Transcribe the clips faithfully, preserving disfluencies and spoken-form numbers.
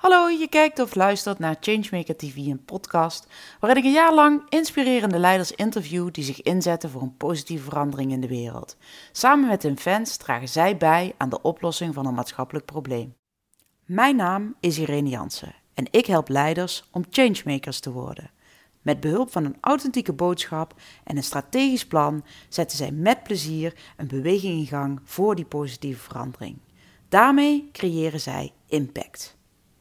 Hallo, je kijkt of luistert naar Changemaker T V, een podcast waarin ik een jaar lang inspirerende leiders interview die zich inzetten voor een positieve verandering in de wereld. Samen met hun fans dragen zij bij aan de oplossing van een maatschappelijk probleem. Mijn naam is Irene Jansen en ik help leiders om changemakers te worden. Met behulp van een authentieke boodschap en een strategisch plan zetten zij met plezier een beweging in gang voor die positieve verandering. Daarmee creëren zij impact.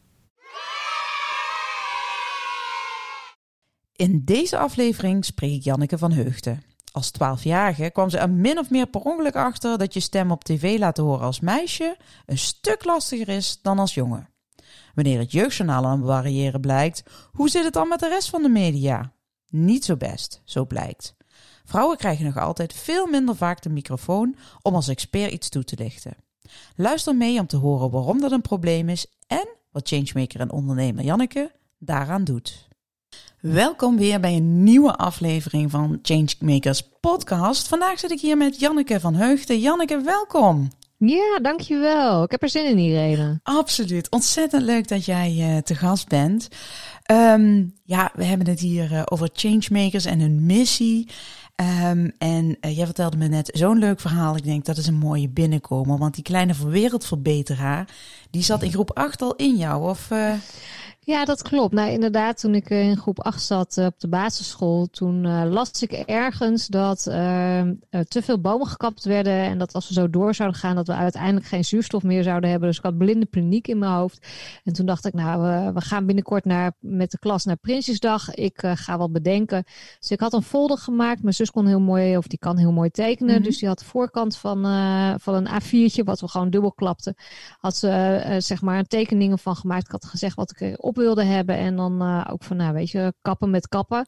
In deze aflevering spreek ik Janneke van Heugden. Als twaalfjarige kwam ze er min of meer per ongeluk achter dat je stem op tv laten horen als meisje een stuk lastiger is dan als jongen. Wanneer het jeugdjournaal aan variëren blijkt, hoe zit het dan met de rest van de media? Niet zo best, zo blijkt. Vrouwen krijgen nog altijd veel minder vaak de microfoon om als expert iets toe te lichten. Luister mee om te horen waarom dat een probleem is en wat changemaker en ondernemer Janneke daaraan doet. Welkom weer bij een nieuwe aflevering van Changemakers podcast. Vandaag zit ik hier met Janneke van Heugden. Janneke, welkom. Ja, dankjewel. Ik heb er zin in, Irene. Absoluut. Ontzettend leuk dat jij uh, te gast bent. Um, ja, we hebben het hier uh, over changemakers en hun missie. Um, en uh, jij vertelde me net zo'n leuk verhaal. Ik denk dat is een mooie binnenkomen. Want die kleine wereldverbeteraar, die zat in groep acht al in jou, of... Uh... Ja, dat klopt. Nou, inderdaad, toen ik in groep acht zat uh, op de basisschool, toen uh, las ik ergens dat uh, uh, te veel bomen gekapt werden en dat als we zo door zouden gaan, dat we uiteindelijk geen zuurstof meer zouden hebben. Dus ik had blinde paniek in mijn hoofd. En toen dacht ik, nou, uh, we gaan binnenkort naar, met de klas naar Prinsjesdag. Ik uh, ga wat bedenken. Dus ik had een folder gemaakt. Mijn zus kon heel mooi, of die kan heel mooi tekenen. Mm-hmm. Dus die had de voorkant van, uh, van een A viertje, wat we gewoon dubbel klapten. Had ze uh, zeg maar tekeningen van gemaakt. Ik had gezegd wat ik op wilde hebben en dan uh, ook van, nou weet je, kappen met kappen.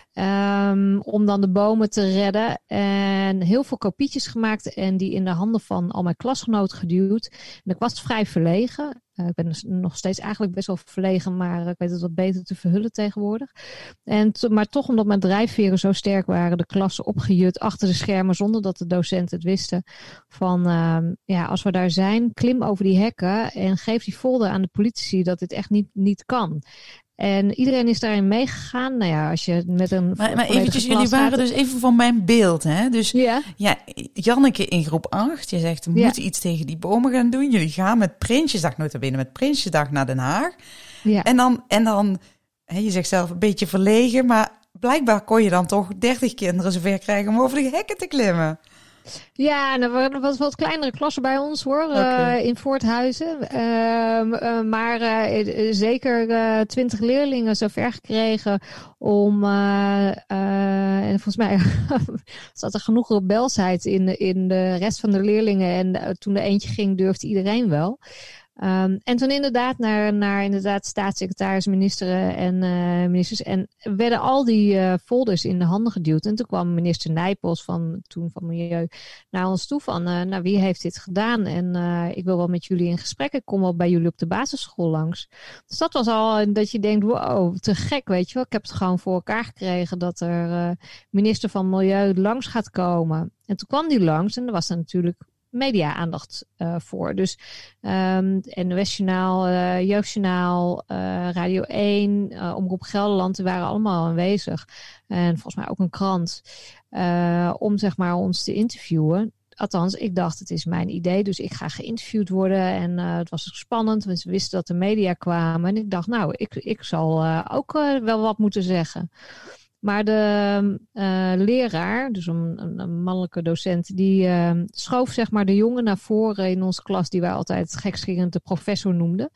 Um, om dan de bomen te redden. En heel veel kopietjes gemaakt en die in de handen van al mijn klasgenoten geduwd. En ik was vrij verlegen. Uh, ik ben dus nog steeds eigenlijk best wel verlegen, maar ik weet het wat beter te verhullen tegenwoordig. En to, maar toch, omdat mijn drijfveren zo sterk waren, de klassen opgejut achter de schermen, zonder dat de docenten het wisten. Van, uh, ja, als we daar zijn, klim over die hekken en geef die folder aan de politici dat dit echt niet, niet kan. En iedereen is daarin meegegaan. Nou ja, als je met een... Maar, maar eventjes, jullie waren had... dus even van mijn beeld, hè? Dus ja, ja Janneke in groep acht. Je zegt, we ja. moeten iets tegen die bomen gaan doen. Jullie gaan met Prinsjesdag, nota bene, met Prinsjesdag naar Den Haag. Ja. En dan, en dan hè, je zegt zelf een beetje verlegen, maar blijkbaar kon je dan toch dertig kinderen zover krijgen om over de hekken te klimmen. Ja, er was wat kleinere klassen bij ons hoor, okay. uh, in Voorthuizen. Uh, uh, maar uh, zeker uh, twintig leerlingen zover gekregen om, uh, uh, en volgens mij zat er genoeg rebelsheid in, in de rest van de leerlingen. En uh, toen er eentje ging, durfde iedereen wel. Um, en toen inderdaad naar, naar inderdaad staatssecretaris, ministeren en uh, ministers. En werden al die uh, folders in de handen geduwd. En toen kwam minister Nijpels van toen van Milieu naar ons toe van, uh, nou wie heeft dit gedaan? En uh, ik wil wel met jullie in gesprek. Ik kom wel bij jullie op de basisschool langs. Dus dat was al dat je denkt, wow, te gek, weet je wel. Ik heb het gewoon voor elkaar gekregen dat er uh, minister van Milieu langs gaat komen. En toen kwam die langs en er was er natuurlijk media-aandacht uh, voor. Dus um, N O S-journaal, uh, Jeugdjournaal, uh, Radio één, uh, Omroep Gelderland, die waren allemaal aanwezig. En volgens mij ook een krant. Uh, om zeg maar ons te interviewen. Althans, ik dacht, het is mijn idee, dus ik ga geïnterviewd worden. En uh, het was ook spannend, want ze wisten dat de media kwamen. En ik dacht, nou, ik, ik zal uh, ook uh, wel wat moeten zeggen. Maar de uh, leraar, dus een, een, een mannelijke docent, die uh, schoof zeg maar de jongen naar voren in onze klas, die wij altijd gekscherend de professor noemden.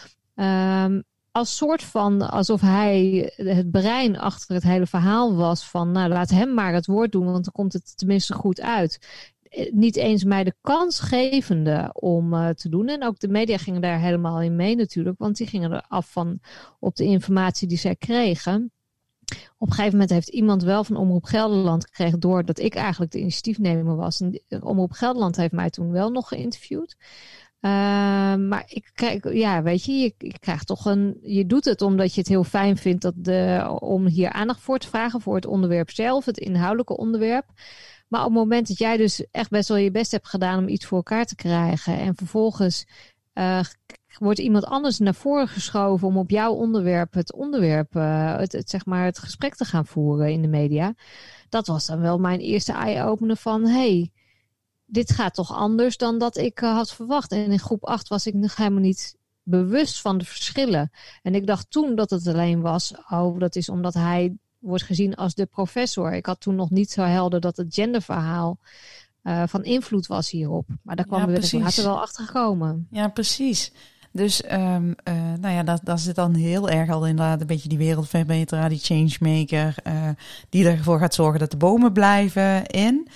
Um, als soort van, alsof hij het brein achter het hele verhaal was van, nou laat hem maar het woord doen, want dan komt het tenminste goed uit. Niet eens mij de kans gevende om uh, te doen. En ook de media gingen daar helemaal in mee natuurlijk, want die gingen er af van op de informatie die zij kregen. Op een gegeven moment heeft iemand wel van Omroep Gelderland gekregen door dat ik eigenlijk de initiatiefnemer was. En Omroep Gelderland heeft mij toen wel nog geïnterviewd. Uh, maar ik krijg, ja, weet je, je, je krijgt toch een, je doet het omdat je het heel fijn vindt dat de, om hier aandacht voor te vragen voor het onderwerp zelf, het inhoudelijke onderwerp. Maar op het moment dat jij dus echt best wel je best hebt gedaan om iets voor elkaar te krijgen en vervolgens uh, wordt iemand anders naar voren geschoven om op jouw onderwerp het onderwerp, uh, het, het, zeg maar het gesprek te gaan voeren in de media. Dat was dan wel mijn eerste eye-opener van, hey, dit gaat toch anders dan dat ik uh, had verwacht. En in groep acht was ik nog helemaal niet bewust van de verschillen. En ik dacht toen dat het alleen was, oh, dat is omdat hij wordt gezien als de professor. Ik had toen nog niet zo helder dat het genderverhaal uh, van invloed was hierop. Maar daar kwam ja, we er later wel achter gekomen. Ja, precies. Dus um, uh, nou ja, daar, daar zit dan heel erg al inderdaad een beetje die wereldverbeteraar, die changemaker, uh, die ervoor gaat zorgen dat de bomen blijven in.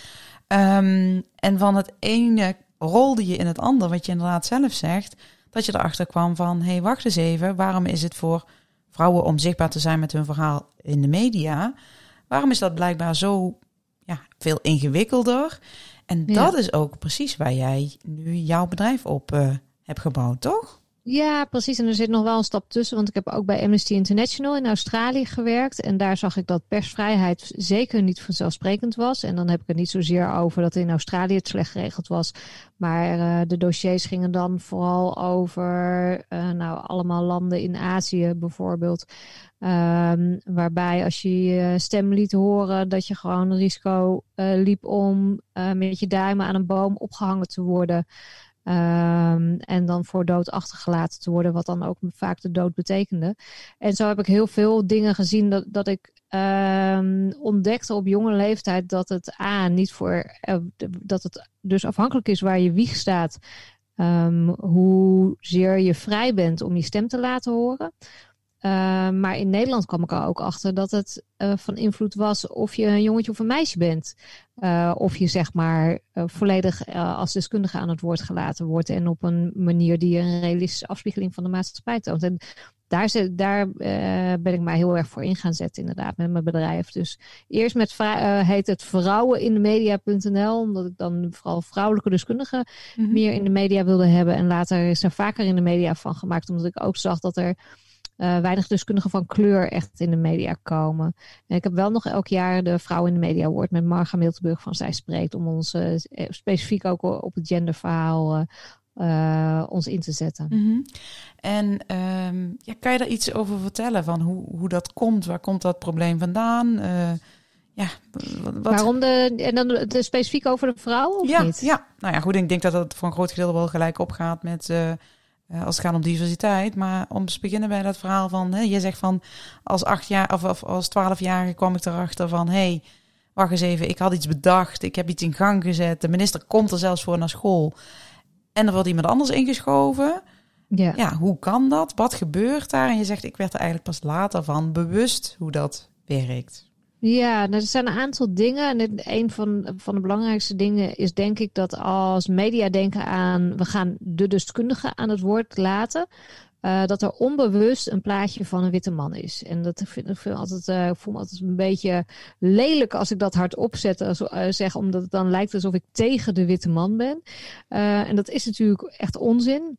Um, en van het ene rolde je in het ander, wat je inderdaad zelf zegt, dat je erachter kwam van, hé, hey, wacht eens even, waarom is het voor vrouwen om zichtbaar te zijn met hun verhaal in de media? Waarom is dat blijkbaar zo ja, veel ingewikkelder? En ja. dat is ook precies waar jij nu jouw bedrijf op uh, hebt gebouwd, toch? Ja, precies. En er zit nog wel een stap tussen, want ik heb ook bij Amnesty International in Australië gewerkt. En daar zag ik dat persvrijheid zeker niet vanzelfsprekend was. En dan heb ik het niet zozeer over dat in Australië het slecht geregeld was. Maar uh, de dossiers gingen dan vooral over uh, nou, allemaal landen in Azië bijvoorbeeld. Um, waarbij als je je stem liet horen dat je gewoon een risico uh, liep om uh, met je duimen aan een boom opgehangen te worden. Um, en dan voor dood achtergelaten te worden, wat dan ook vaak de dood betekende. En zo heb ik heel veel dingen gezien dat, dat ik um, ontdekte op jonge leeftijd dat het A, niet voor, uh, dat het dus afhankelijk is waar je wieg staat, um, hoezeer je vrij bent om je stem te laten horen. Uh, maar in Nederland kwam ik er ook achter dat het uh, van invloed was of je een jongetje of een meisje bent. Uh, of je zeg maar uh, volledig uh, als deskundige aan het woord gelaten wordt. En op een manier die een realistische afspiegeling van de maatschappij toont. En daar, zit, daar uh, ben ik mij heel erg voor in gaan zetten inderdaad met mijn bedrijf. Dus eerst met vrou- uh, heet het vrouwen in de media punt n l. Omdat ik dan vooral vrouwelijke deskundigen mm-hmm. meer in de media wilde hebben. En later is er vaker in de media van gemaakt. Omdat ik ook zag dat er Uh, weinig deskundigen van kleur echt in de media komen. En ik heb wel nog elk jaar de Vrouw in de Media Award met Marga Miltenburg van Zij Spreekt. Om ons uh, specifiek ook op het genderverhaal uh, uh, ons in te zetten. Mm-hmm. En um, ja, kan je daar iets over vertellen? Van hoe, hoe dat komt? Waar komt dat probleem vandaan? Uh, ja, wat... Waarom de... En dan de, specifiek over de vrouw of ja, niet? Ja, nou ja, goed. Ik denk dat dat voor een groot gedeelte wel gelijk opgaat met... Uh, Uh, als het gaat om diversiteit, maar om te beginnen bij dat verhaal van, hè, je zegt van als acht jaar of, of als twaalfjarige kwam ik erachter van, hé, hey, wacht eens even, ik had iets bedacht, ik heb iets in gang gezet, de minister komt er zelfs voor naar school en er wordt iemand anders ingeschoven. Ja. Ja, hoe kan dat? Wat gebeurt daar? En je zegt, ik werd er eigenlijk pas later van bewust hoe dat werkt. Ja, nou, er zijn een aantal dingen. En een van, van de belangrijkste dingen is denk ik dat als media denken aan... we gaan de deskundige aan het woord laten... Uh, dat er onbewust een plaatje van een witte man is. En dat vind ik vind altijd, uh, ik voel me altijd een beetje lelijk als ik dat hardop zet, uh, zeg, omdat het dan lijkt alsof ik tegen de witte man ben. Uh, en dat is natuurlijk echt onzin.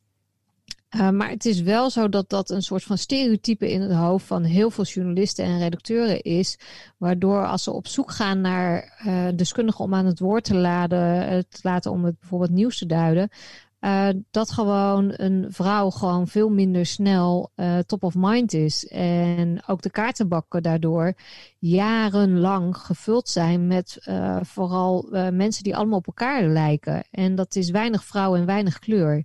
Uh, maar het is wel zo dat dat een soort van stereotype in het hoofd van heel veel journalisten en redacteuren is. Waardoor als ze op zoek gaan naar uh, deskundigen om aan het woord te, laden, uh, te laten om het bijvoorbeeld nieuws te duiden. Uh, dat gewoon een vrouw gewoon veel minder snel uh, top of mind is. En ook de kaartenbakken daardoor jarenlang gevuld zijn met uh, vooral uh, mensen die allemaal op elkaar lijken. En dat is weinig vrouw en weinig kleur.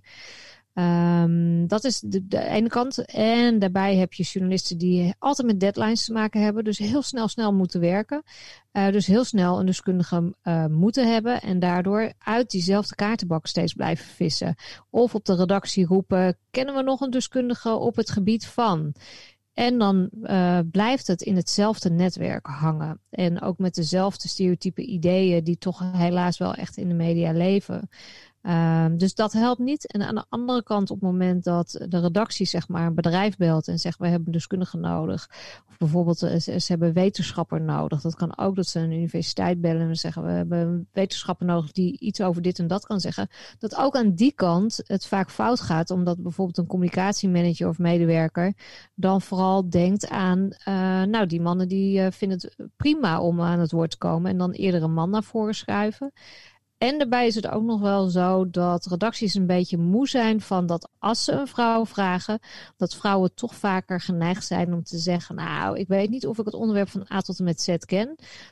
Um, dat is de, de ene kant. En daarbij heb je journalisten die altijd met deadlines te maken hebben. Dus heel snel snel moeten werken. Uh, dus heel snel een deskundige uh, moeten hebben. En daardoor uit diezelfde kaartenbak steeds blijven vissen. Of op de redactie roepen, kennen we nog een deskundige op het gebied van... En dan uh, blijft het in hetzelfde netwerk hangen. En ook met dezelfde stereotype ideeën die toch helaas wel echt in de media leven. Uh, dus dat helpt niet. En aan de andere kant, op het moment dat de redactie zeg maar een bedrijf belt en zegt we hebben deskundigen nodig. Of bijvoorbeeld ze, ze hebben wetenschapper nodig. Dat kan ook dat ze een universiteit bellen en zeggen we hebben een wetenschapper nodig die iets over dit en dat kan zeggen. Dat ook aan die kant het vaak fout gaat. Omdat bijvoorbeeld een communicatiemanager of medewerker dan vooral denkt aan uh, nou die mannen die uh, vinden het prima om aan het woord te komen. En dan eerder een man naar voren schuiven. En daarbij is het ook nog wel zo dat redacties een beetje moe zijn van dat als ze een vrouw vragen, dat vrouwen toch vaker geneigd zijn om te zeggen, nou, ik weet niet of ik het onderwerp van A tot en met Z ken.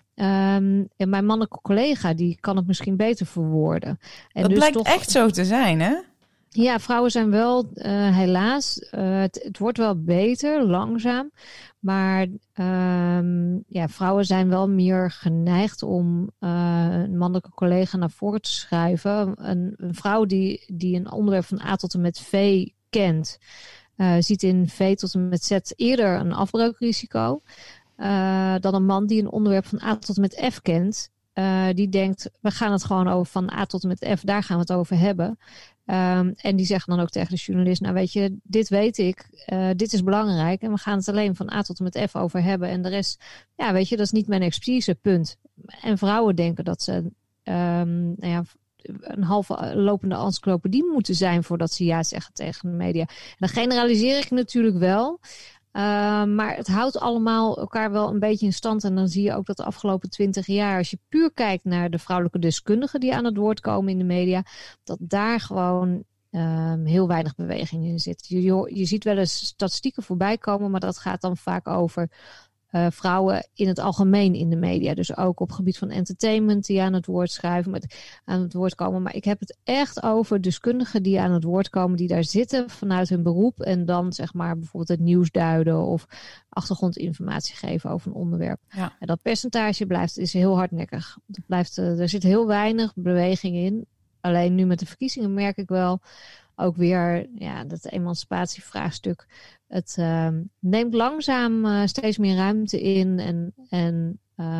Um, en mijn mannelijke collega, die kan het misschien beter verwoorden. En dat dus blijkt toch, echt zo te zijn, hè? Ja, vrouwen zijn wel, uh, helaas, uh, het, het wordt wel beter, langzaam. Maar um, ja, vrouwen zijn wel meer geneigd om uh, een mannelijke collega naar voren te schuiven. Een, een vrouw die, die een onderwerp van A tot en met V kent, uh, ziet in V tot en met Z eerder een afbreukrisico. Uh, dan een man die een onderwerp van A tot en met F kent. Uh, die denkt, we gaan het gewoon over van A tot en met F, daar gaan we het over hebben. Um, en die zeggen dan ook tegen de journalist, nou weet je, dit weet ik, uh, dit is belangrijk en we gaan het alleen van A tot en met F over hebben. En de rest, ja weet je, dat is niet mijn expertise, punt. En vrouwen denken dat ze um, nou ja, een halve lopende encyclopedie moeten zijn voordat ze ja zeggen tegen de media. En dan generaliseer ik natuurlijk wel. Uh, maar het houdt allemaal elkaar wel een beetje in stand. En dan zie je ook dat de afgelopen twintig jaar, als je puur kijkt naar de vrouwelijke deskundigen die aan het woord komen in de media, dat daar gewoon um, heel weinig beweging in zit. Je, je, je ziet wel eens statistieken voorbij komen, maar dat gaat dan vaak over uh, vrouwen in het algemeen in de media. Dus ook op het gebied van entertainment die aan het woord schuiven, met, aan het woord komen. Maar ik heb het echt over deskundigen die aan het woord komen, die daar zitten vanuit hun beroep en dan zeg maar bijvoorbeeld het nieuws duiden of achtergrondinformatie geven over een onderwerp. Ja. En dat percentage blijft, is heel hardnekkig. Dat blijft, uh, er zit heel weinig beweging in. Alleen nu met de verkiezingen merk ik wel ook weer ja, dat emancipatievraagstuk. Het uh, neemt langzaam uh, steeds meer ruimte in. En, en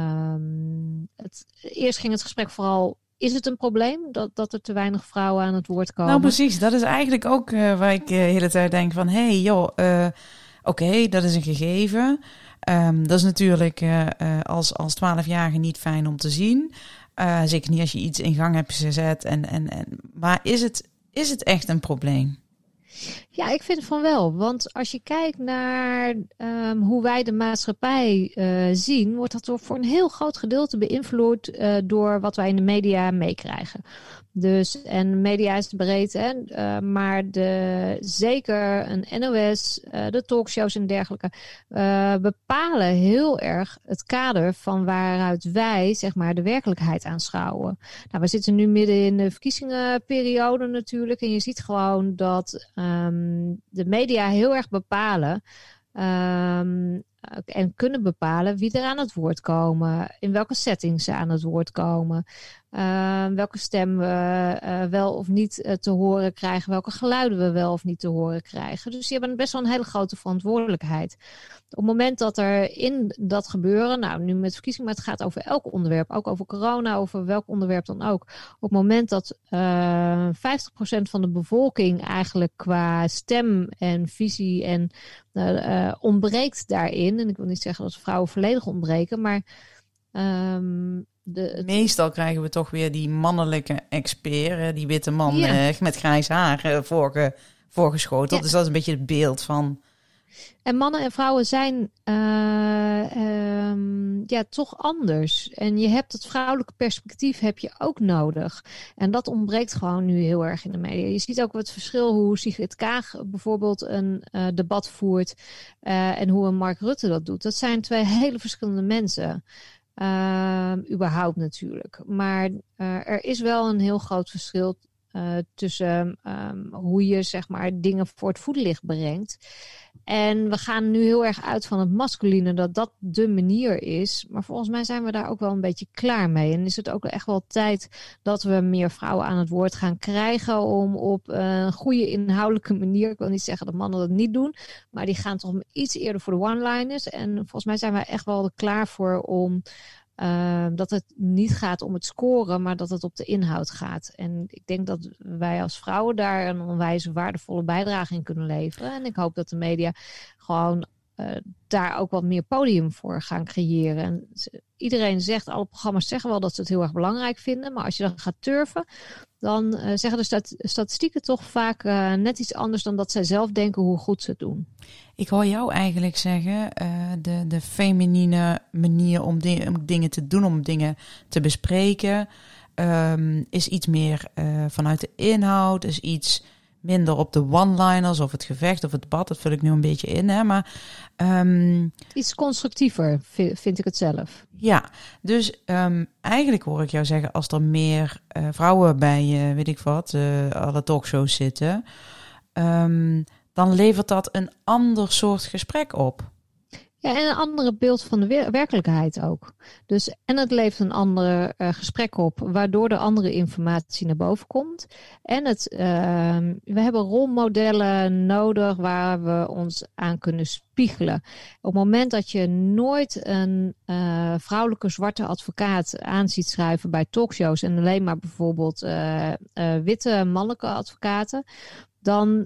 um, het, eerst ging het gesprek vooral, is het een probleem dat, dat er te weinig vrouwen aan het woord komen? Nou precies, dat is eigenlijk ook uh, waar ik uh, de hele tijd denk van, hé hey, joh, uh, oké, okay, dat is een gegeven. Um, dat is natuurlijk uh, uh, als, als twaalfjarige niet fijn om te zien. Uh, zeker niet als je iets in gang hebt gezet. En, en, en, maar is het, is het echt een probleem? Ja, ik vind van wel. Want als je kijkt naar um, hoe wij de maatschappij uh, zien, wordt dat door voor een heel groot gedeelte beïnvloed uh, door wat wij in de media meekrijgen. Dus, en media is breed, hè, uh, maar de, zeker een N O S, uh, de talkshows en dergelijke, uh, bepalen heel erg het kader van waaruit wij, zeg maar, de werkelijkheid aanschouwen. Nou, we zitten nu midden in de verkiezingenperiode natuurlijk en je ziet gewoon dat um, de media heel erg bepalen um, en kunnen bepalen wie er aan het woord komen, in welke settings ze aan het woord komen. Uh, welke stem we uh, wel of niet uh, te horen krijgen, welke geluiden we wel of niet te horen krijgen. Dus die hebben best wel een hele grote verantwoordelijkheid. Op het moment dat er in dat gebeuren, nou nu met verkiezingen, maar het gaat over elk onderwerp, ook over corona, over welk onderwerp dan ook. Op het moment dat uh, vijftig procent van de bevolking eigenlijk qua stem en visie en uh, uh, ontbreekt daarin, en ik wil niet zeggen dat vrouwen volledig ontbreken, maar um, De, het... Meestal krijgen we toch weer die mannelijke expert, die witte man ja. uh, met grijs haar uh, voorge, voorgeschoteld. Ja. Dus dat is een beetje het beeld van. En mannen en vrouwen zijn uh, um, ja, toch anders. En je hebt het vrouwelijke perspectief heb je ook nodig. En dat ontbreekt gewoon nu heel erg in de media. Je ziet ook het verschil hoe Sigrid Kaag bijvoorbeeld een uh, debat voert uh, en hoe een Mark Rutte dat doet. Dat zijn twee hele verschillende mensen. Uh, überhaupt natuurlijk. Maar uh, er is wel een heel groot verschil uh, tussen um, hoe je zeg maar dingen voor het voetlicht brengt. En we gaan nu heel erg uit van het masculine, dat dat de manier is. Maar volgens mij zijn we daar ook wel een beetje klaar mee. En is het ook echt wel tijd dat we meer vrouwen aan het woord gaan krijgen om op een goede inhoudelijke manier, ik wil niet zeggen dat mannen dat niet doen, maar die gaan toch iets eerder voor de one-liners. En volgens mij zijn wij echt wel er klaar voor om Uh, dat het niet gaat om het scoren, maar dat het op de inhoud gaat. En ik denk dat wij als vrouwen daar een onwijs waardevolle bijdrage in kunnen leveren. En ik hoop dat de media gewoon uh, daar ook wat meer podium voor gaan creëren. En iedereen zegt, alle programma's zeggen wel dat ze het heel erg belangrijk vinden. Maar als je dan gaat turven, dan uh, zeggen de stat- statistieken toch vaak uh, net iets anders dan dat zij zelf denken hoe goed ze het doen. Ik hoor jou eigenlijk zeggen, uh, de, de feminine manier om, di- om dingen te doen, om dingen te bespreken. Um, is iets meer uh, vanuit de inhoud, is iets minder op de one-liners of het gevecht of het debat. Dat vul ik nu een beetje in, hè. Maar um, iets constructiever vind, vind ik het zelf. Ja, dus um, eigenlijk hoor ik jou zeggen, als er meer uh, vrouwen bij, uh, weet ik wat, uh, alle talkshows zitten, um, dan levert dat een ander soort gesprek op. Ja, en een andere beeld van de wer- werkelijkheid ook. Dus, en het levert een ander uh, gesprek op, waardoor er andere informatie naar boven komt. En het, uh, we hebben rolmodellen nodig waar we ons aan kunnen spiegelen. Op het moment dat je nooit een uh, vrouwelijke zwarte advocaat aan ziet schrijven bij talkshows en alleen maar bijvoorbeeld uh, uh, witte mannelijke advocaten, dan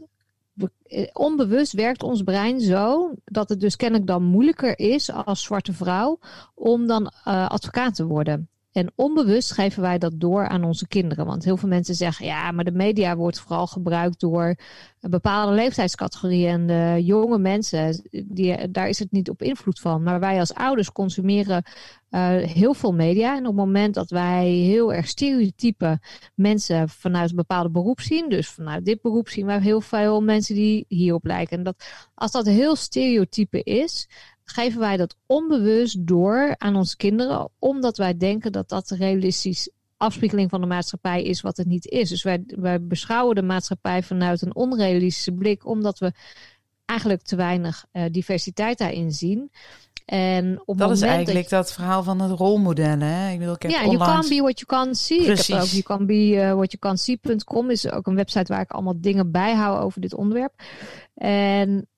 onbewust werkt ons brein zo dat het dus kennelijk dan moeilijker is als zwarte vrouw om dan uh, advocaat te worden. En onbewust geven wij dat door aan onze kinderen. Want heel veel mensen zeggen, ja, maar de media wordt vooral gebruikt door een bepaalde leeftijdscategorieën. En de jonge mensen, die, daar is het niet op invloed van. Maar wij als ouders consumeren uh, heel veel media. En op het moment dat wij heel erg stereotype mensen vanuit een bepaalde beroep zien. Dus vanuit dit beroep zien wij heel veel mensen die hierop lijken. En dat, als dat heel stereotype is, geven wij dat onbewust door aan onze kinderen, omdat wij denken dat dat een realistisch afspiegeling van de maatschappij is wat het niet is. Dus wij, wij beschouwen de maatschappij vanuit een onrealistische blik, omdat we eigenlijk te weinig uh, diversiteit daarin zien. En op dat is dat eigenlijk je, dat verhaal van het rolmodellen. Hè? Ik bedoel, ik heb ja, onlangs... you can't be what you can't see. Precies. Ik heb ook you can be uh, what you can't see punt com is ook een website waar ik allemaal dingen bijhoud over dit onderwerp. En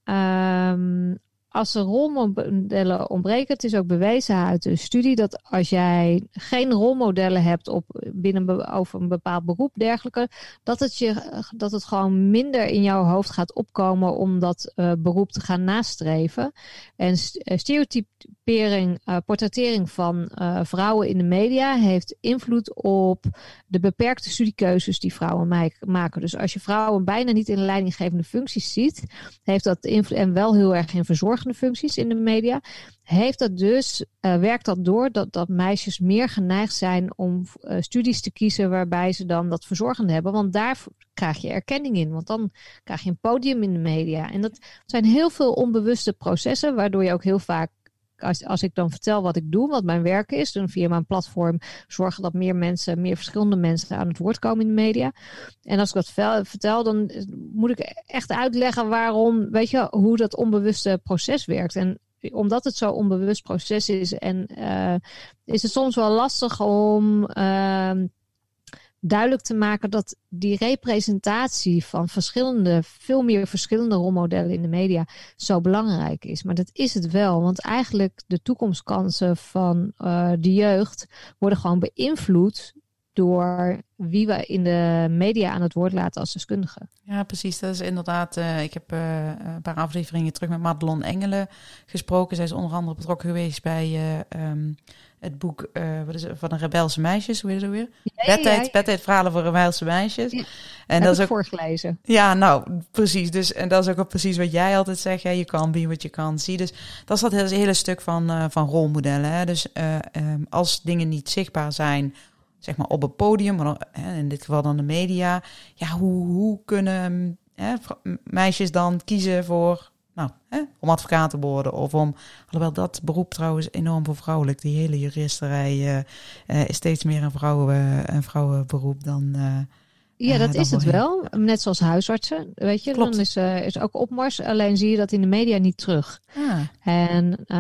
um, als er rolmodellen ontbreken, het is ook bewezen uit een studie dat als jij geen rolmodellen hebt op binnen over een bepaald beroep dergelijke, dat het je dat het gewoon minder in jouw hoofd gaat opkomen om dat uh, beroep te gaan nastreven. En stereotypering, uh, portrettering van uh, vrouwen in de media heeft invloed op de beperkte studiekeuzes die vrouwen maken. Dus als je vrouwen bijna niet in leidinggevende functies ziet, heeft dat invloed, en wel heel erg in verzorgende functies in de media, heeft dat dus, uh, werkt dat door dat, dat meisjes meer geneigd zijn om uh, studies te kiezen waarbij ze dan dat verzorgende hebben. Want daar krijg je erkenning in. Want dan krijg je een podium in de media. En dat zijn heel veel onbewuste processen, waardoor je ook heel vaak, Als, als ik dan vertel wat ik doe, wat mijn werk is, dan via mijn platform zorgen dat meer mensen, meer verschillende mensen aan het woord komen in de media. En als ik dat vertel, dan moet ik echt uitleggen waarom, weet je, hoe dat onbewuste proces werkt. En omdat het zo'n onbewust proces is, en uh, is het soms wel lastig om uh, duidelijk te maken dat die representatie van verschillende, veel meer verschillende rolmodellen in de media zo belangrijk is. Maar dat is het wel, want eigenlijk de toekomstkansen van uh, de jeugd worden gewoon beïnvloed door wie we in de media aan het woord laten als deskundigen. Ja, precies. Dat is inderdaad... Uh, ik heb uh, een paar afleveringen terug met Madelon Engelen gesproken. Zij is onder andere betrokken geweest bij uh, um, het boek uh, wat is het, van de Rebelse Meisjes. Hoe heet het weer? Ja, Bedtijd, ja, ja. Bedtijd verhalen voor Rebelse Meisjes. Ja, en heb dat is ik ook voorgelezen. Ja, nou, precies. Dus, en dat is ook wel precies wat jij altijd zegt. Hè? You can't be what you can't see. Dus dat is dat hele, hele stuk van, uh, van rolmodellen. Hè? Dus uh, um, als dingen niet zichtbaar zijn, zeg maar op het podium, maar dan, hè, in dit geval dan de media. Ja, hoe, hoe kunnen hè, meisjes dan kiezen voor, nou, hè, om advocaat te worden of om, alhoewel dat beroep trouwens enorm vervrouwelijk, die hele juristerij uh, uh, is steeds meer een vrouwen, een vrouwenberoep dan. Uh, Ja, dat uh, is het wel. Net zoals huisartsen, weet je. Klopt. Dan is, uh, is ook opmars. Alleen zie je dat in de media niet terug. Ah. En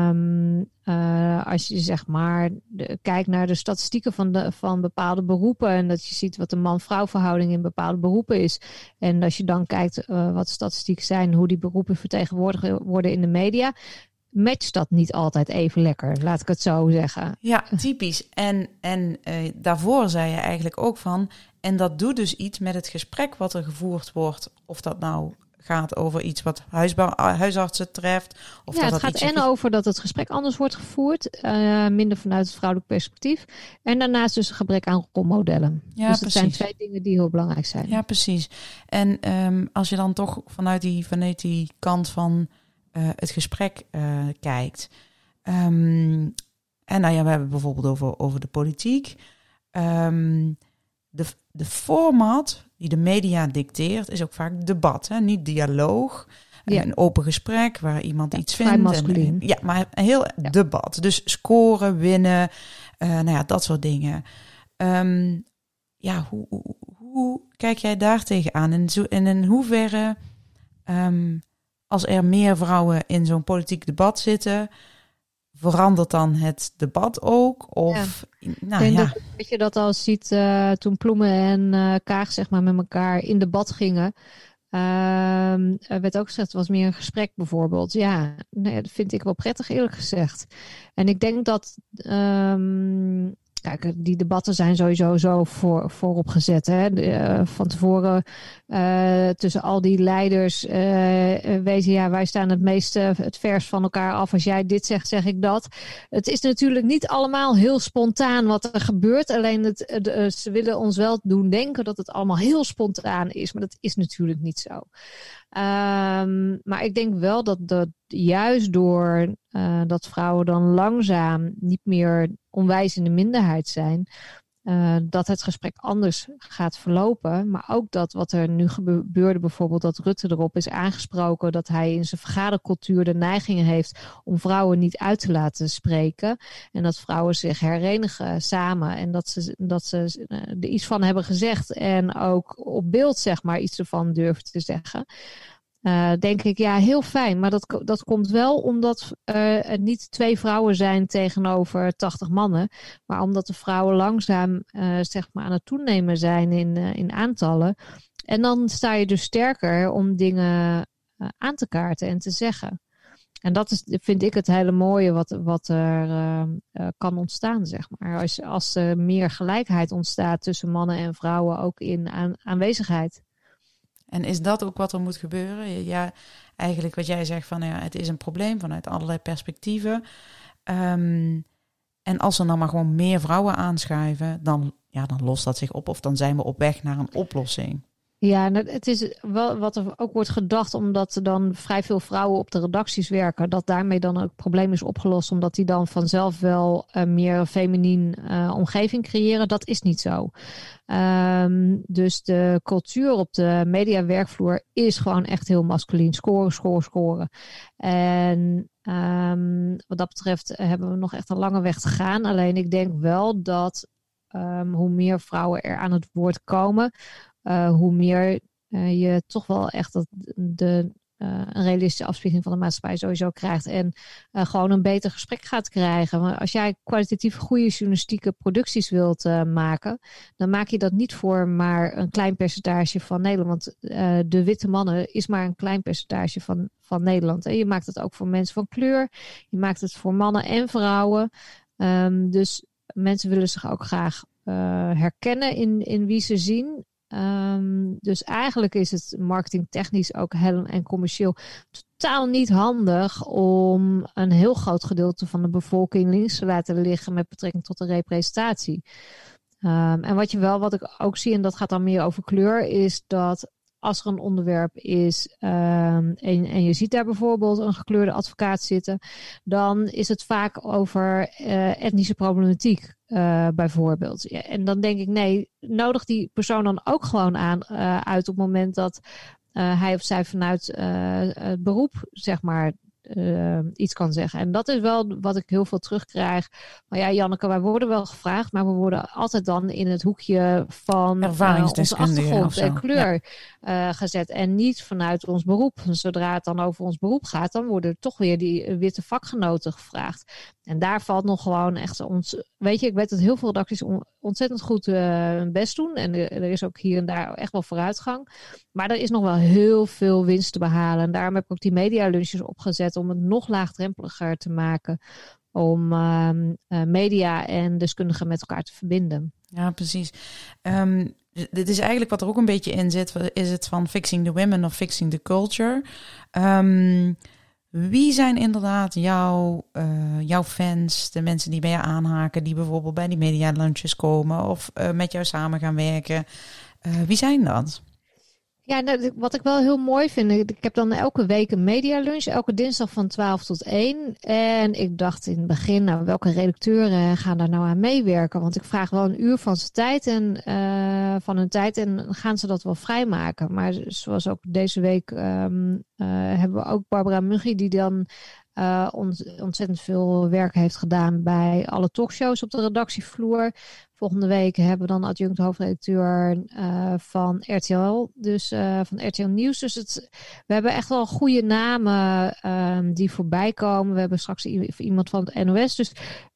um, uh, als je zeg maar de, kijkt naar de statistieken van, de, van bepaalde beroepen en dat je ziet wat de man-vrouw verhouding in bepaalde beroepen is. En als je dan kijkt uh, wat de statistieken zijn, hoe die beroepen vertegenwoordigd worden in de media, matcht dat niet altijd even lekker, laat ik het zo zeggen. Ja, typisch. En, en uh, daarvoor zei je eigenlijk ook van, en dat doet dus iets met het gesprek wat er gevoerd wordt. Of dat nou gaat over iets wat huisba- huisartsen treft. Of ja, dat het dat gaat iets en over dat het gesprek anders wordt gevoerd. Uh, minder vanuit het vrouwelijk perspectief. En daarnaast dus een gebrek aan rolmodellen. Ja, dus dat precies. zijn twee dingen die heel belangrijk zijn. Ja, precies. En um, als je dan toch vanuit die, vanuit die kant van uh, het gesprek uh, kijkt. Um, en nou ja, we hebben bijvoorbeeld over, over de politiek. Um, de, de format die de media dicteert is ook vaak debat. Hè? Niet dialoog, ja. Een open gesprek waar iemand ja, iets vindt. En, ja, maar een heel ja. debat. Dus scoren, winnen, uh, nou ja, dat soort dingen. Um, ja, hoe, hoe, hoe kijk jij daar tegenaan? En, zo, en in hoeverre, um, als er meer vrouwen in zo'n politiek debat zitten, verandert dan het debat ook? Of, ja. nou, ik denk ja. dat, dat je dat al ziet uh, toen Ploemen en uh, Kaag zeg maar, met elkaar in debat gingen. Uh, er werd ook gezegd, het was meer een gesprek bijvoorbeeld. Ja, nee, dat vind ik wel prettig eerlijk gezegd. En ik denk dat... Um, Kijk, die debatten zijn sowieso zo voor, voorop gezet. Hè? De, uh, van tevoren uh, tussen al die leiders uh, weten, ja, wij staan het meest uh, het vers van elkaar af. Als jij dit zegt, zeg ik dat. Het is natuurlijk niet allemaal heel spontaan wat er gebeurt. Alleen het, de, ze willen ons wel doen denken dat het allemaal heel spontaan is. Maar dat is natuurlijk niet zo. Um, maar ik denk wel dat, dat juist door uh, dat vrouwen dan langzaam niet meer onwijs in de minderheid zijn, uh, dat het gesprek anders gaat verlopen. Maar ook dat wat er nu gebeurde, bijvoorbeeld dat Rutte erop is aangesproken, dat hij in zijn vergadercultuur de neigingen heeft om vrouwen niet uit te laten spreken. En dat vrouwen zich herenigen samen en dat ze, dat ze uh, er iets van hebben gezegd en ook op beeld zeg maar iets ervan durven te zeggen. Uh, denk ik, ja, heel fijn. Maar dat, dat komt wel omdat uh, het niet twee vrouwen zijn tegenover tachtig mannen. Maar omdat de vrouwen langzaam uh, zeg maar aan het toenemen zijn in, uh, in aantallen. En dan sta je dus sterker om dingen uh, aan te kaarten en te zeggen. En dat is, vind ik, het hele mooie wat, wat er uh, uh, kan ontstaan, zeg maar. Als, als er meer gelijkheid ontstaat tussen mannen en vrouwen, ook in aan, aanwezigheid. En is dat ook wat er moet gebeuren? Ja, eigenlijk wat jij zegt van ja, het is een probleem vanuit allerlei perspectieven. Um, en als er dan maar gewoon meer vrouwen aanschuiven, dan, ja, dan lost dat zich op of dan zijn we op weg naar een oplossing. Ja, het is wel wat er ook wordt gedacht, omdat er dan vrij veel vrouwen op de redacties werken, dat daarmee dan het probleem is opgelost, omdat die dan vanzelf wel uh, meer een feminien uh, omgeving creëren. Dat is niet zo. Um, dus de cultuur op de mediawerkvloer is gewoon echt heel masculien. Scoren, scoren, scoren. En um, wat dat betreft hebben we nog echt een lange weg te gaan. Alleen ik denk wel dat um, hoe meer vrouwen er aan het woord komen, Uh, hoe meer uh, je toch wel echt dat de, uh, een realistische afspiegeling van de maatschappij sowieso krijgt. En uh, gewoon een beter gesprek gaat krijgen. Want als jij kwalitatief goede journalistieke producties wilt uh, maken, dan maak je dat niet voor maar een klein percentage van Nederland. Want uh, de witte mannen is maar een klein percentage van, van Nederland. En je maakt het ook voor mensen van kleur. Je maakt het voor mannen en vrouwen. Um, dus mensen willen zich ook graag uh, herkennen in, in wie ze zien. Um, dus eigenlijk is het marketingtechnisch ook heel en commercieel totaal niet handig om een heel groot gedeelte van de bevolking links te laten liggen met betrekking tot de representatie. Um, en wat je wel, wat ik ook zie, en dat gaat dan meer over kleur, is dat als er een onderwerp is um, en, en je ziet daar bijvoorbeeld een gekleurde advocaat zitten, dan is het vaak over uh, etnische problematiek uh, bijvoorbeeld. Ja, en dan denk ik, nee, nodig die persoon dan ook gewoon aan uh, uit op het moment dat uh, hij of zij vanuit uh, het beroep, zeg maar, Uh, iets kan zeggen. En dat is wel wat ik heel veel terugkrijg. Maar ja, Janneke, wij worden wel gevraagd, maar we worden altijd dan in het hoekje van uh, onze achtergrond en kleur ja. uh, gezet. En niet vanuit ons beroep. Zodra het dan over ons beroep gaat, dan worden er toch weer die uh, witte vakgenoten gevraagd. En daar valt nog gewoon echt ons... Weet je, ik weet dat heel veel redacties on, ontzettend goed uh, hun best doen. En er, er is ook hier en daar echt wel vooruitgang. Maar er is nog wel heel veel winst te behalen. En daarom heb ik ook die medialunches opgezet om het nog laagdrempeliger te maken. Om uh, uh, media en deskundigen met elkaar te verbinden. Ja, precies. Um, dit is eigenlijk wat er ook een beetje in zit. Is het van fixing the women of fixing the culture? Um, Wie zijn inderdaad jouw, uh, jouw fans, de mensen die bij je aanhaken, die bijvoorbeeld bij die media lunches komen of uh, met jou samen gaan werken? Uh, wie zijn dat? Ja, nou, wat ik wel heel mooi vind, ik heb dan elke week een medialunch, elke dinsdag van twaalf tot één. En ik dacht in het begin, nou, welke redacteuren gaan daar nou aan meewerken? Want ik vraag wel een uur van zijn tijd en uh, van hun tijd en gaan ze dat wel vrijmaken. Maar zoals ook deze week um, uh, hebben we ook Barbara Muggi, die dan uh, ont- ontzettend veel werk heeft gedaan bij alle talkshows op de redactievloer. Volgende week hebben we dan adjunct hoofdredacteur uh, van R T L, dus uh, van R T L Nieuws. Dus het, we hebben echt wel goede namen um, die voorbij komen. We hebben straks i- iemand van het N O S. Dus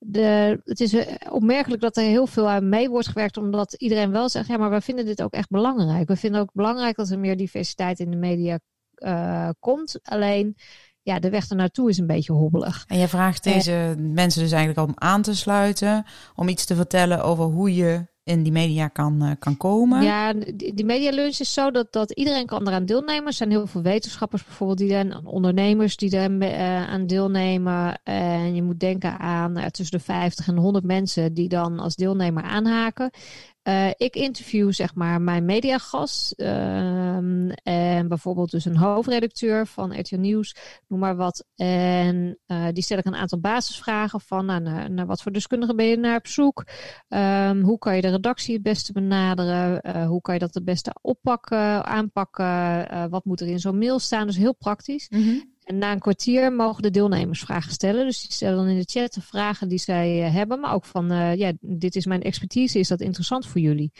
de, het is opmerkelijk dat er heel veel aan mee wordt gewerkt, omdat iedereen wel zegt, ja, maar we vinden dit ook echt belangrijk. We vinden ook belangrijk dat er meer diversiteit in de media uh, komt. Alleen, ja, de weg ernaartoe is een beetje hobbelig. En jij vraagt deze en, mensen dus eigenlijk om aan te sluiten, om iets te vertellen over hoe je in die media kan, uh, kan komen. Ja, die, die medialunch is zo dat, dat iedereen kan eraan deelnemen. Er zijn heel veel wetenschappers bijvoorbeeld, die dan, ondernemers die er uh, aan deelnemen. En je moet denken aan uh, tussen de vijftig en honderd mensen die dan als deelnemer aanhaken. Uh, ik interview zeg maar mijn mediagast uh, en bijvoorbeeld dus een hoofdredacteur van R T L Nieuws, noem maar wat. En uh, die stel ik een aantal basisvragen van nou, naar, naar wat voor deskundigen ben je naar op zoek? Um, hoe kan je de redactie het beste benaderen? Uh, hoe kan je dat het beste oppakken, aanpakken? Uh, wat moet er in zo'n mail staan? Dus heel praktisch. Mm-hmm. En na een kwartier mogen de deelnemers vragen stellen. Dus die stellen dan in de chat de vragen die zij uh, hebben. Maar ook van, uh, ja, dit is mijn expertise. Is dat interessant voor jullie?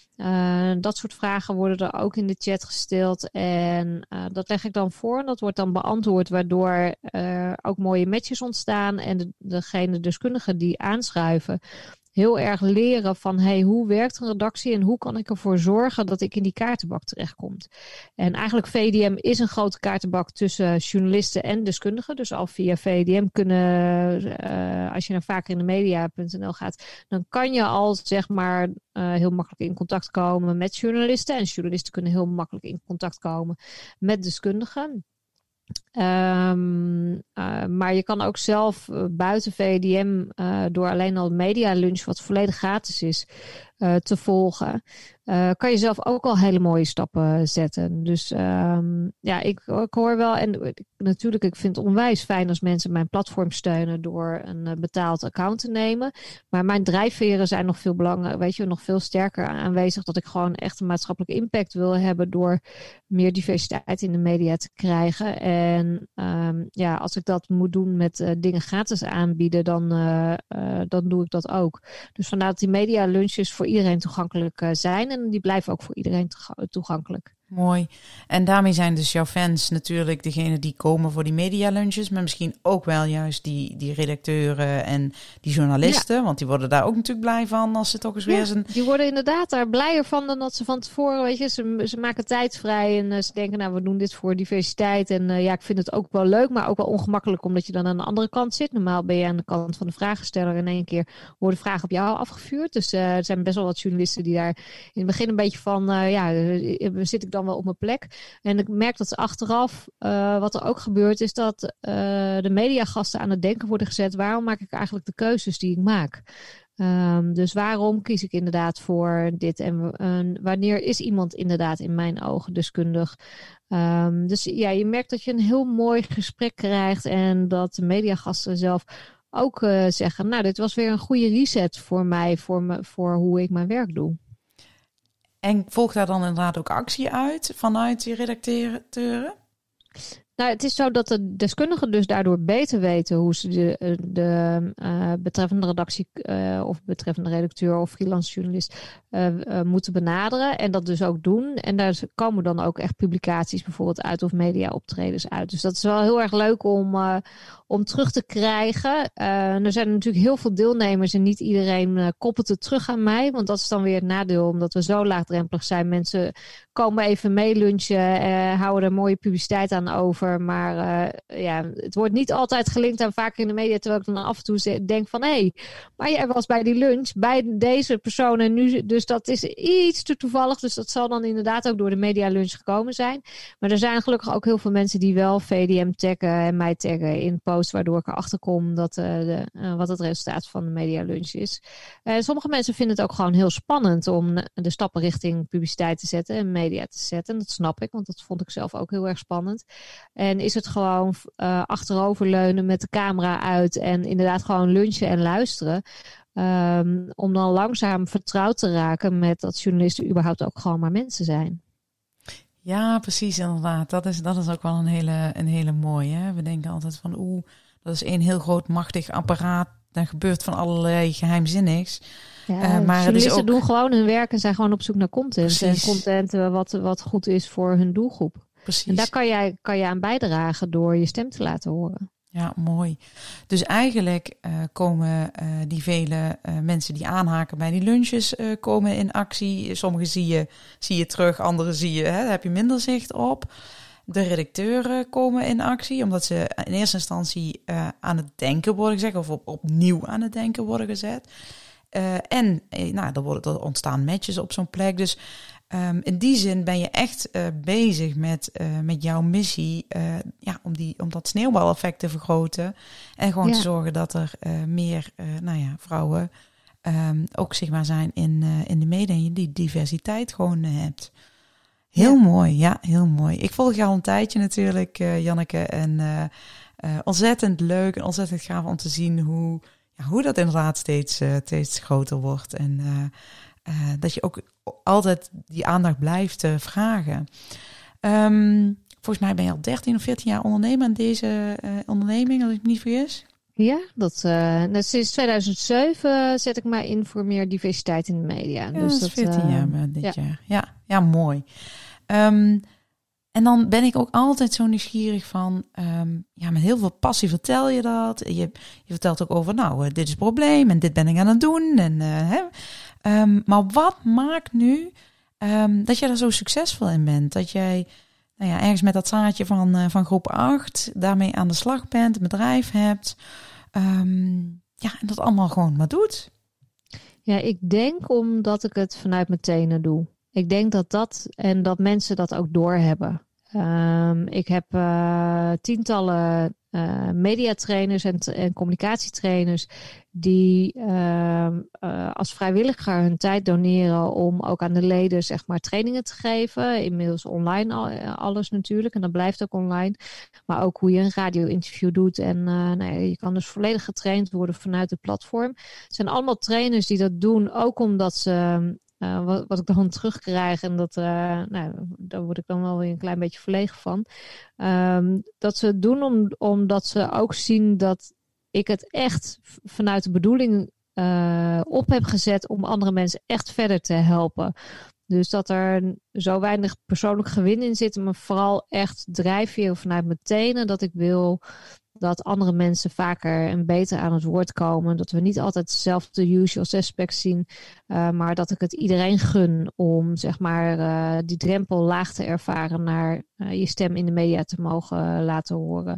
Uh, dat soort vragen worden er ook in de chat gesteld. En uh, dat leg ik dan voor. En dat wordt dan beantwoord. Waardoor uh, ook mooie matches ontstaan. En de, degene deskundigen die aanschuiven heel erg leren van hey, hoe werkt een redactie en hoe kan ik ervoor zorgen dat ik in die kaartenbak terechtkom. En eigenlijk V D M is een grote kaartenbak tussen journalisten en deskundigen. Dus al via V D M kunnen, uh, als je naar vakerindemedia punt n l gaat, dan kan je al zeg maar uh, heel makkelijk in contact komen met journalisten. En journalisten kunnen heel makkelijk in contact komen met deskundigen. Um, uh, maar je kan ook zelf uh, buiten V D M uh, door alleen al Media Lunch, wat volledig gratis is, uh, te volgen, uh, kan je zelf ook al hele mooie stappen zetten. Dus um, ja, ik, ik hoor wel, en natuurlijk, ik vind het onwijs fijn als mensen mijn platform steunen door een uh, betaald account te nemen. Maar mijn drijfveren zijn nog veel belangrijk, weet je, nog veel sterker aanwezig, dat ik gewoon echt een maatschappelijke impact wil hebben door meer diversiteit in de media te krijgen. En um, ja, als ik dat moet doen met uh, dingen gratis aanbieden, dan, uh, uh, dan doe ik dat ook. Dus vandaar dat die media lunches voor iedereen toegankelijk uh, zijn. En die blijven ook voor iedereen toega- toegankelijk. Mooi. En daarmee zijn dus jouw fans natuurlijk degene die komen voor die media lunches, maar misschien ook wel juist die, die redacteuren en die journalisten, ja. Want die worden daar ook natuurlijk blij van als ze toch eens ja, weer zijn... Die worden inderdaad daar blijer van dan dat ze van tevoren, weet je, ze, ze maken tijd vrij en uh, ze denken, nou, we doen dit voor diversiteit en uh, ja, ik vind het ook wel leuk, maar ook wel ongemakkelijk omdat je dan aan de andere kant zit. Normaal ben je aan de kant van de vragensteller en in één keer worden vragen op jou afgevuurd. Dus uh, er zijn best wel wat journalisten die daar in het begin een beetje van, uh, ja, zit ik dan wel op mijn plek. En ik merk dat achteraf, uh, wat er ook gebeurt, is dat uh, de mediagasten aan het denken worden gezet. Waarom maak ik eigenlijk de keuzes die ik maak? Um, dus waarom kies ik inderdaad voor dit? En uh, wanneer is iemand inderdaad in mijn ogen deskundig? Um, dus ja, je merkt dat je een heel mooi gesprek krijgt en dat de mediagasten zelf ook uh, zeggen, nou, dit was weer een goede reset voor mij, voor, me, voor hoe ik mijn werk doe. En volgt daar dan inderdaad ook actie uit vanuit die redacteuren? Nou, het is zo dat de deskundigen dus daardoor beter weten hoe ze de, de uh, betreffende redactie uh, of betreffende redacteur of freelance journalist uh, uh, moeten benaderen en dat dus ook doen. En daar komen dan ook echt publicaties bijvoorbeeld uit of media optredens uit. Dus dat is wel heel erg leuk om, uh, om terug te krijgen. Uh, er zijn natuurlijk heel veel deelnemers en niet iedereen uh, koppelt het terug aan mij, want dat is dan weer het nadeel omdat we zo laagdrempelig zijn. Mensen komen even mee lunchen, uh, houden er mooie publiciteit aan over. over. Maar uh, ja, het wordt niet altijd gelinkt aan vaker in de media. Terwijl ik dan af en toe denk van... hé, hey, maar jij was bij die lunch bij deze persoon. En nu, dus dat is iets te toevallig. Dus dat zal dan inderdaad ook door de media lunch gekomen zijn. Maar er zijn gelukkig ook heel veel mensen die wel V D M taggen en mij taggen in posts. Waardoor ik erachter kom dat, uh, de, uh, wat het resultaat van de media lunch is. Uh, sommige mensen vinden het ook gewoon heel spannend om de stappen richting publiciteit te zetten en media te zetten. Dat snap ik, want dat vond ik zelf ook heel erg spannend. En is het gewoon uh, achteroverleunen met de camera uit en inderdaad gewoon lunchen en luisteren. Um, om dan langzaam vertrouwd te raken met dat journalisten überhaupt ook gewoon maar mensen zijn. Ja, precies, inderdaad. Dat is, dat is ook wel een hele, een hele mooie. Hè? We denken altijd van oeh, dat is één heel groot machtig apparaat. Daar gebeurt van allerlei geheimzinnigs. Ja, uh, maar journalisten ook... doen gewoon hun werk en zijn gewoon op zoek naar content. Precies. En content uh, wat, wat goed is voor hun doelgroep. Precies. En daar kan jij, kan je aan bijdragen door je stem te laten horen. Ja, mooi. Dus eigenlijk uh, komen uh, die vele uh, mensen die aanhaken bij die lunches uh, komen in actie. Sommige zie je, zie je terug, andere zie je, hè, daar heb je minder zicht op. De redacteuren komen in actie, omdat ze in eerste instantie uh, aan het denken worden gezet of op, opnieuw aan het denken worden gezet. Uh, en uh, nou, er, worden, er ontstaan matches op zo'n plek. Dus um, in die zin ben je echt uh, bezig met, uh, met jouw missie uh, ja, om, die, om dat sneeuwbaleffect te vergroten. En gewoon ja. te zorgen dat er uh, meer uh, nou ja, vrouwen um, ook zichtbaar zijn in, uh, in de media. En je die diversiteit gewoon uh, hebt. Heel ja. mooi, ja, heel mooi. Ik volg je al een tijdje natuurlijk, uh, Janneke. En uh, uh, ontzettend leuk en ontzettend gaaf om te zien hoe, ja, hoe dat inderdaad steeds, uh, steeds groter wordt. En uh, uh, dat je ook altijd die aandacht blijft uh, vragen. Um, volgens mij ben je al dertien of veertien jaar ondernemer aan deze uh, onderneming, als ik me niet vergis. Ja, dat, uh, sinds tweeduizend zeven zet ik mij in voor meer diversiteit in de media. Ja, dus dat is veertien uh, jaar dit ja. jaar. Ja, ja, mooi. Um, en dan ben ik ook altijd zo nieuwsgierig van, um, ja, met heel veel passie vertel je dat. Je, je vertelt ook over, nou, uh, dit is het probleem en dit ben ik aan het doen. En, uh, hè. Um, maar wat maakt nu um, dat jij er zo succesvol in bent? Dat jij nou ja, ergens met dat zaadje van, uh, van groep acht daarmee aan de slag bent, een bedrijf hebt. Um, ja, en dat allemaal gewoon maar doet. Ja, ik denk omdat ik het vanuit mijn tenen doe. Ik denk dat dat en dat mensen dat ook doorhebben. Um, ik heb uh, tientallen uh, mediatrainers en, en communicatietrainers die uh, uh, als vrijwilliger hun tijd doneren om ook aan de leden zeg maar trainingen te geven. Inmiddels online al, alles natuurlijk en dat blijft ook online. Maar ook hoe je een radio-interview doet en uh, nou ja, je kan dus volledig getraind worden vanuit het platform. Het zijn allemaal trainers die dat doen ook omdat ze... Uh, wat, wat ik dan terugkrijg en dat, uh, nou, daar word ik dan wel weer een klein beetje verlegen van. Um, dat ze het doen om, omdat ze ook zien dat ik het echt vanuit de bedoeling uh, op heb gezet om andere mensen echt verder te helpen. Dus dat er zo weinig persoonlijk gewin in zit, maar vooral echt drijfveer vanuit mijn tenen dat ik wil dat andere mensen vaker en beter aan het woord komen. Dat we niet altijd dezelfde usual suspects zien. Uh, maar dat ik het iedereen gun om zeg maar uh, die drempel laag te ervaren naar uh, je stem in de media te mogen uh, laten horen.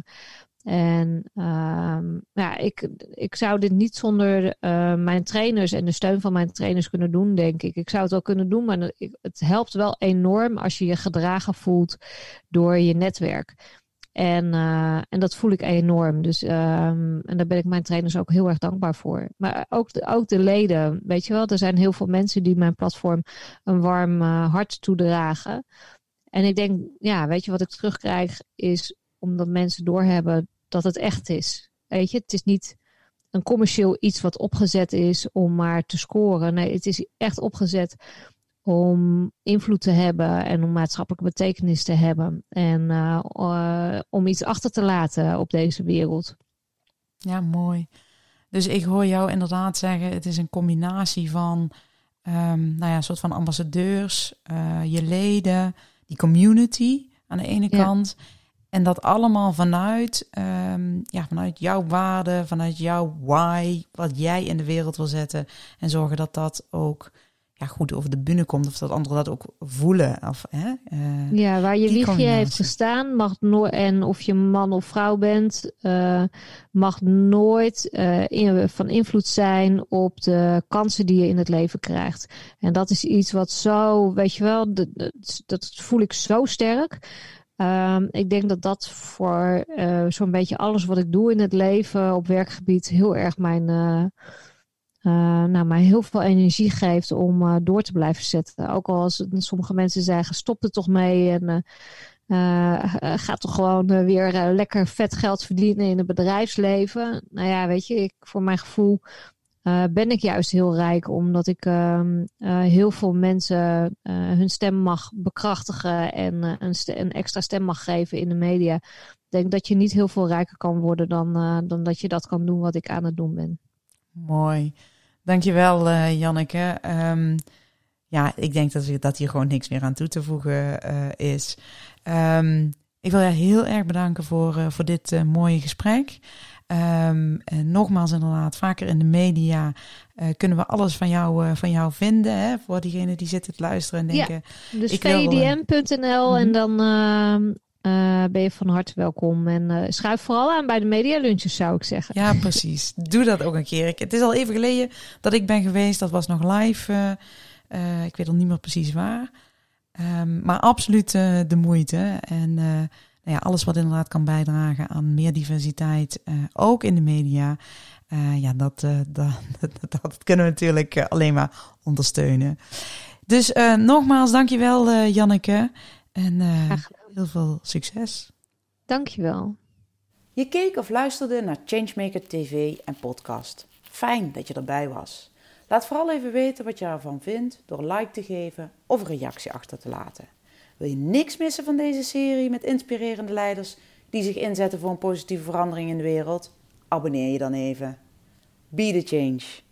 En um, ja, ik, ik zou dit niet zonder uh, mijn trainers en de steun van mijn trainers kunnen doen, denk ik. Ik zou het wel kunnen doen, maar het helpt wel enorm als je je gedragen voelt door je netwerk. En, uh, en dat voel ik enorm. Dus, um, en daar ben ik mijn trainers ook heel erg dankbaar voor. Maar ook de, ook de leden, weet je wel. Er zijn heel veel mensen die mijn platform een warm uh, hart toedragen. En ik denk, ja, weet je wat ik terugkrijg is omdat mensen doorhebben dat het echt is. Weet je, het is niet een commercieel iets wat opgezet is om maar te scoren. Nee, het is echt opgezet om invloed te hebben en om maatschappelijke betekenis te hebben. En uh, uh, om iets achter te laten op deze wereld. Ja, mooi. Dus ik hoor jou inderdaad zeggen, het is een combinatie van um, nou ja, een soort van ambassadeurs, uh, je leden, die community aan de ene ja. kant. En dat allemaal vanuit, um, ja, vanuit jouw waarde, vanuit jouw why, wat jij in de wereld wil zetten. En zorgen dat dat ook ja, goed over de bühne komt. Of dat anderen dat ook voelen. Of, hè, uh, ja, waar je wiegje heeft gestaan. Mag no- en of je man of vrouw bent. Uh, mag nooit uh, in, van invloed zijn op de kansen die je in het leven krijgt. En dat is iets wat zo, weet je wel. Dat, dat, dat voel ik zo sterk. Um, ik denk dat dat voor uh, zo'n beetje alles wat ik doe in het leven op werkgebied heel erg mijn, uh, uh, nou, mij heel veel energie geeft om uh, door te blijven zetten. Ook al als sommige mensen zeggen stop er toch mee en uh, uh, ga toch gewoon uh, weer uh, lekker vet geld verdienen in het bedrijfsleven. Nou ja, weet je, ik, voor mijn gevoel Uh, ben ik juist heel rijk omdat ik uh, uh, heel veel mensen uh, hun stem mag bekrachtigen en uh, een, st- een extra stem mag geven in de media. Ik denk dat je niet heel veel rijker kan worden dan, uh, dan dat je dat kan doen wat ik aan het doen ben. Mooi. Dankjewel uh, Janneke. Um, ja, ik denk dat, dat hier gewoon niks meer aan toe te voegen uh, is. Um, ik wil je heel erg bedanken voor, uh, voor dit uh, mooie gesprek. Um, en nogmaals inderdaad, vaker in de media uh, kunnen we alles van jou, uh, van jou vinden. Hè, voor diegenen die zitten te luisteren en denken... Ja, dus ik v i d m punt n l uh, en dan uh, uh, ben je van harte welkom. En uh, schuif vooral aan bij de media lunches, zou ik zeggen. Ja, precies. Doe dat ook een keer. Ik, het is al even geleden dat ik ben geweest. Dat was nog live. Uh, uh, ik weet al niet meer precies waar. Um, maar absoluut uh, de moeite. En... Uh, Ja, alles wat inderdaad kan bijdragen aan meer diversiteit, uh, ook in de media. Uh, ja, dat, uh, dat, dat, dat kunnen we natuurlijk uh, alleen maar ondersteunen. Dus uh, nogmaals, dankjewel uh, Janneke. En uh, heel veel succes. Dankjewel. Je keek of luisterde naar Changemaker T V en podcast. Fijn dat je erbij was. Laat vooral even weten wat je ervan vindt door een like te geven of een reactie achter te laten. Wil je niks missen van deze serie met inspirerende leiders die zich inzetten voor een positieve verandering in de wereld? Abonneer je dan even. Be the change.